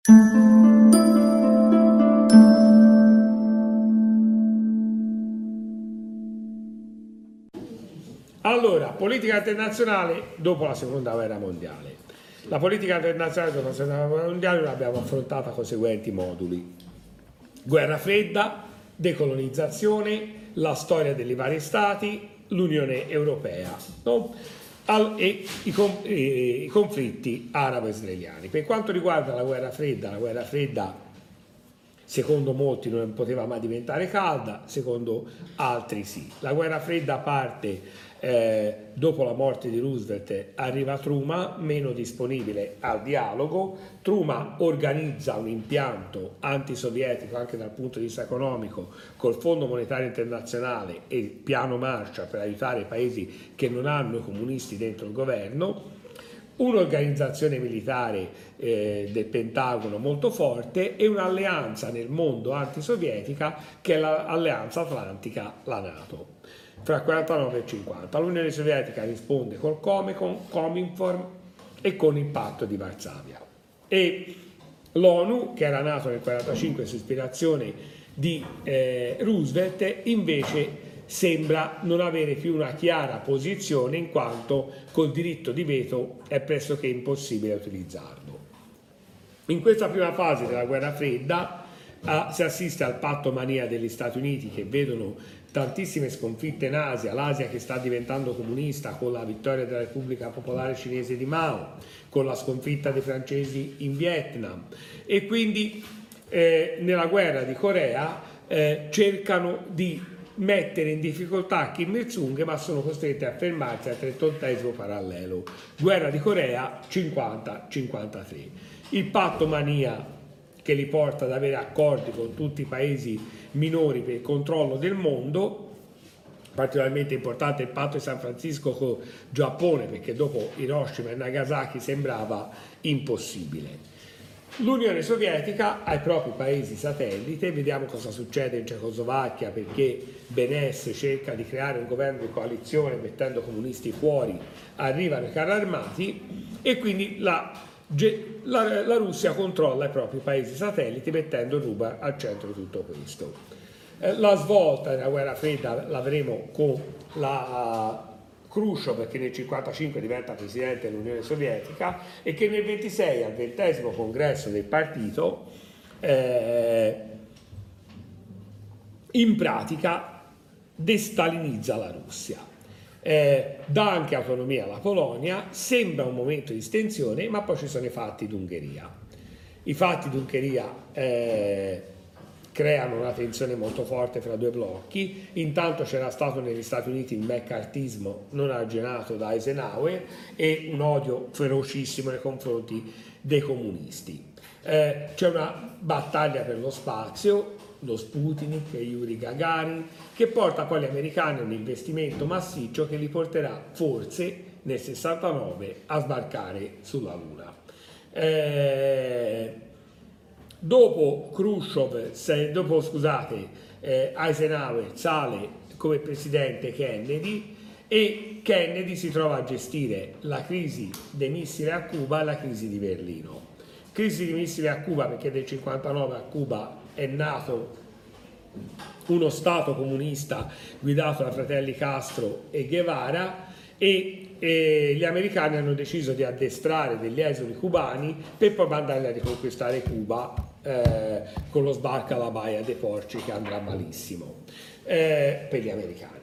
Allora, politica internazionale dopo la seconda guerra mondiale. La politica internazionale dopo la seconda guerra mondiale l'abbiamo affrontata con i seguenti moduli: guerra fredda, decolonizzazione, la storia dei vari stati, l'Unione Europea, no? E i conflitti arabo-israeliani. Per quanto riguarda la guerra fredda secondo molti non poteva mai diventare calda, secondo altri sì. La guerra fredda parte dopo la morte di Roosevelt, arriva Truman, meno disponibile al dialogo. Truman organizza un impianto antisovietico anche dal punto di vista economico col Fondo Monetario Internazionale e il piano Marshall per aiutare i paesi che non hanno i comunisti dentro il governo, un'organizzazione militare del Pentagono molto forte e un'alleanza nel mondo antisovietica che è l'Alleanza Atlantica, la NATO. Fra il 49 e il 50 l'Unione Sovietica risponde col Cominform e con il patto di Varsavia, e l'ONU, che era nato nel 1945 su ispirazione di Roosevelt, invece sembra non avere più una chiara posizione, in quanto col diritto di veto è pressoché impossibile utilizzarlo. In questa prima fase della guerra fredda si assiste al patto mania degli Stati Uniti, che vedono tantissime sconfitte in Asia, l'Asia che sta diventando comunista con la vittoria della Repubblica Popolare Cinese di Mao, con la sconfitta dei francesi in Vietnam, e quindi nella guerra di Corea cercano di mettere in difficoltà Kim Il-sung, ma sono costretti a fermarsi al 38esimo parallelo. Guerra di Corea 50-53. Il patto mania che li porta ad avere accordi con tutti i paesi minori per il controllo del mondo. Particolarmente importante il patto di San Francisco con il Giappone, perché dopo Hiroshima e Nagasaki sembrava impossibile. L'Unione Sovietica ha i propri paesi satellite, vediamo cosa succede in Cecoslovacchia, perché Beneš cerca di creare un governo di coalizione mettendo comunisti fuori, arrivano i carri armati e quindi la Russia controlla i propri paesi satelliti mettendo Cuba al centro di tutto questo. La svolta della guerra fredda l'avremo con la Khrushchev, che nel 1955 diventa presidente dell'Unione Sovietica e che nel 1926 al 20° congresso del partito in pratica destalinizza la Russia. Dà anche autonomia alla Polonia, sembra un momento di stensione, ma poi ci sono i fatti d'Ungheria. I fatti d'Ungheria creano una tensione molto forte fra due blocchi. Intanto c'era stato negli Stati Uniti il McCarthyismo non arginato da Eisenhower e un odio ferocissimo nei confronti dei comunisti. C'è una battaglia per lo spazio, lo Sputnik e Yuri Gagarin, che porta poi gli americani a un investimento massiccio che li porterà forse nel 69 a sbarcare sulla Luna. Dopo Eisenhower sale come presidente Kennedy, e Kennedy si trova a gestire la crisi dei missili a Cuba e la crisi di Berlino. Crisi di missili a Cuba perché nel 1959 a Cuba è nato uno Stato comunista guidato da fratelli Castro e Guevara, e gli americani hanno deciso di addestrare degli esuli cubani per poi mandarli a riconquistare Cuba con lo sbarco alla Baia dei Porci, che andrà malissimo per gli americani.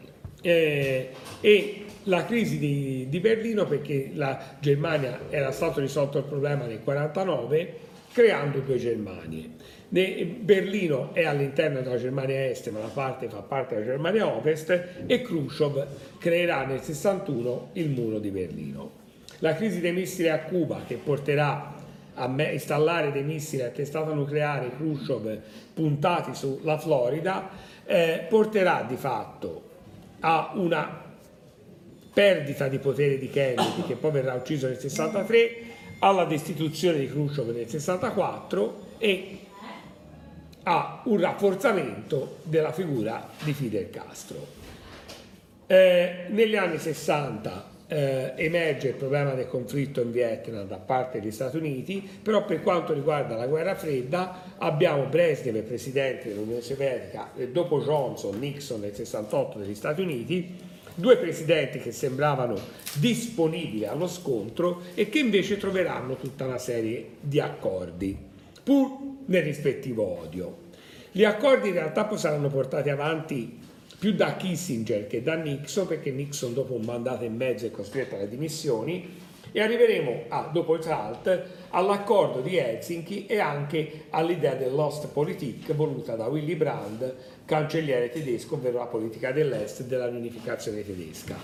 E la crisi di Berlino perché la Germania era stato risolto il problema nel 1949 creando due Germanie. Berlino è all'interno della Germania Est, ma fa parte della Germania Ovest, e Khrushchev creerà nel 61 il muro di Berlino. La crisi dei missili a Cuba, che porterà a installare dei missili a testata nucleare Khrushchev puntati sulla Florida, porterà di fatto a una perdita di potere di Kennedy, che poi verrà ucciso nel 63, alla destituzione di Khrushchev nel 64 e a un rafforzamento della figura di Fidel Castro. Negli anni 60 emerge il problema del conflitto in Vietnam da parte degli Stati Uniti, però per quanto riguarda la guerra fredda abbiamo Brezhnev, presidente dell'Unione Sovietica, e dopo Johnson, Nixon nel 68 degli Stati Uniti, due presidenti che sembravano disponibili allo scontro e che invece troveranno tutta una serie di accordi, pur nel rispettivo odio. Gli accordi in realtà poi saranno portati avanti più da Kissinger che da Nixon, perché Nixon dopo un mandato e mezzo è costretto alle dimissioni, e arriveremo dopo il SALT all'accordo di Helsinki e anche all'idea dell'Ostpolitik voluta da Willy Brandt, cancelliere tedesco, ovvero la politica dell'Est della riunificazione tedesca.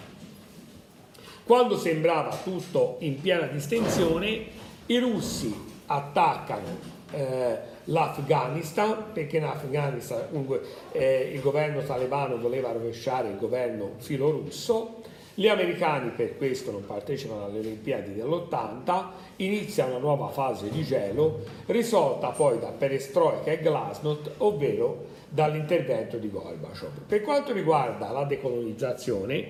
Quando sembrava tutto in piena distensione, i russi attaccano l'Afghanistan, perché in Afghanistan il governo talebano voleva rovesciare il governo filorusso. Gli americani per questo non partecipano alle Olimpiadi dell'80, inizia una nuova fase di gelo, risolta poi da perestroika e glasnost, ovvero dall'intervento di Gorbaciov. Per quanto riguarda la decolonizzazione,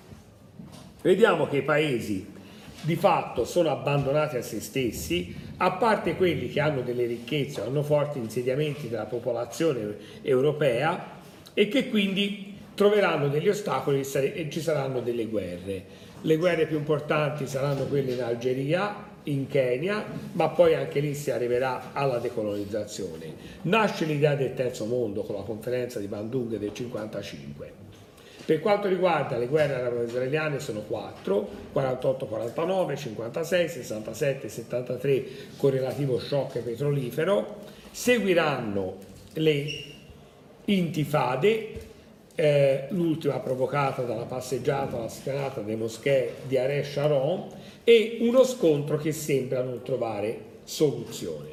vediamo che i paesi di fatto sono abbandonati a se stessi, a parte quelli che hanno delle ricchezze, hanno forti insediamenti della popolazione europea e che quindi troveranno degli ostacoli e ci saranno delle guerre. Le guerre più importanti saranno quelle in Algeria, in Kenya, ma poi anche lì si arriverà alla decolonizzazione. Nasce l'idea del terzo mondo con la conferenza di Bandung del 1955. Per quanto riguarda le guerre arabo-israeliane sono 4, 48-49, 56, 67, 73 con relativo shock petrolifero. Seguiranno le intifade, l'ultima provocata dalla passeggiata alla spianata delle moschee di Ariel Sharon, e uno scontro che sembra non trovare soluzione.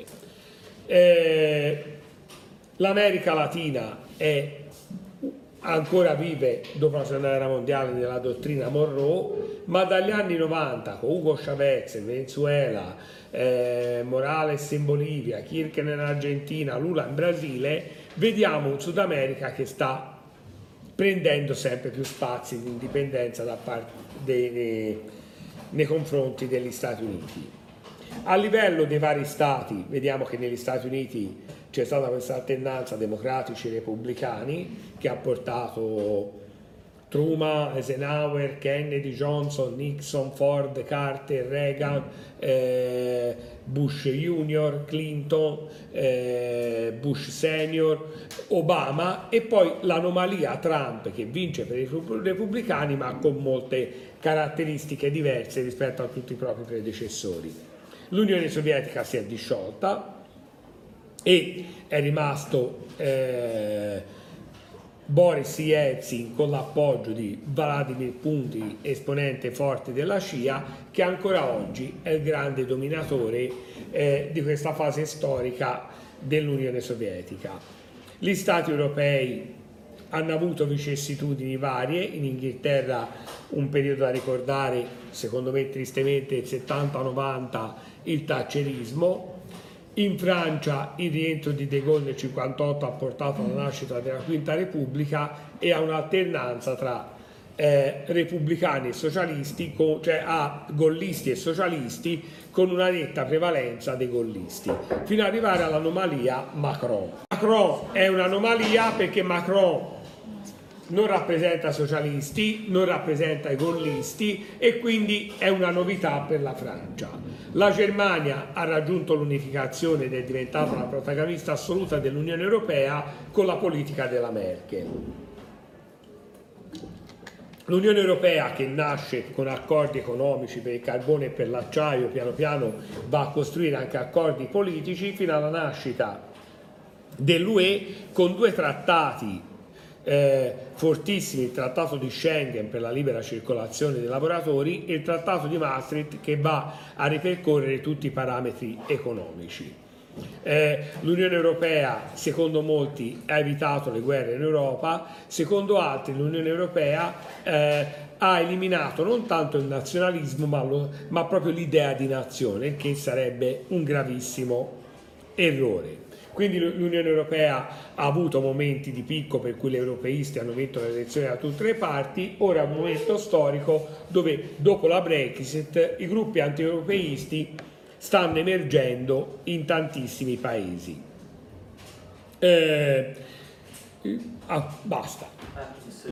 L'America Latina ancora vive dopo la seconda guerra mondiale nella dottrina Monroe, ma dagli anni 90 con Hugo Chavez in Venezuela, Morales in Bolivia, Kirchner in Argentina, Lula in Brasile, vediamo un Sud America che sta prendendo sempre più spazi di indipendenza da parte nei confronti degli Stati Uniti. A livello dei vari stati, vediamo che negli Stati Uniti c'è stata questa alternanza democratici e repubblicani che ha portato Truman, Eisenhower, Kennedy, Johnson, Nixon, Ford, Carter, Reagan, Bush Junior, Clinton, Bush Senior, Obama, e poi l'anomalia Trump che vince per i repubblicani ma con molte caratteristiche diverse rispetto a tutti i propri predecessori. L'Unione Sovietica si è disciolta e è rimasto Boris Yeltsin con l'appoggio di Vladimir Putin, esponente forte della CIA, che ancora oggi è il grande dominatore di questa fase storica dell'Unione Sovietica. Gli Stati europei hanno avuto vicissitudini varie, in Inghilterra un periodo da ricordare, secondo me tristemente, il 70-90, il thatcherismo. In Francia il rientro di De Gaulle nel 1958 ha portato alla nascita della Quinta Repubblica e a un'alternanza tra repubblicani e socialisti, cioè a gollisti e socialisti, con una netta prevalenza dei gollisti, fino ad arrivare all'anomalia Macron. Macron è un'anomalia perché Macron non rappresenta socialisti, non rappresenta i gollisti e quindi è una novità per la Francia. La Germania ha raggiunto l'unificazione ed è diventata la protagonista assoluta dell'Unione Europea con la politica della Merkel. L'Unione Europea, che nasce con accordi economici per il carbone e per l'acciaio, piano piano va a costruire anche accordi politici fino alla nascita dell'UE con due trattati fortissimi, il trattato di Schengen per la libera circolazione dei lavoratori e il trattato di Maastricht che va a ripercorrere tutti i parametri economici. L'Unione Europea, secondo molti, ha evitato le guerre in Europa, secondo altri l'Unione Europea ha eliminato non tanto il nazionalismo ma proprio l'idea di nazione, che sarebbe un gravissimo errore. Quindi l'Unione Europea ha avuto momenti di picco per cui gli europeisti hanno vinto le elezioni da tutte le parti, ora è un momento storico dove dopo la Brexit i gruppi anti-europeisti stanno emergendo in tantissimi paesi. Basta.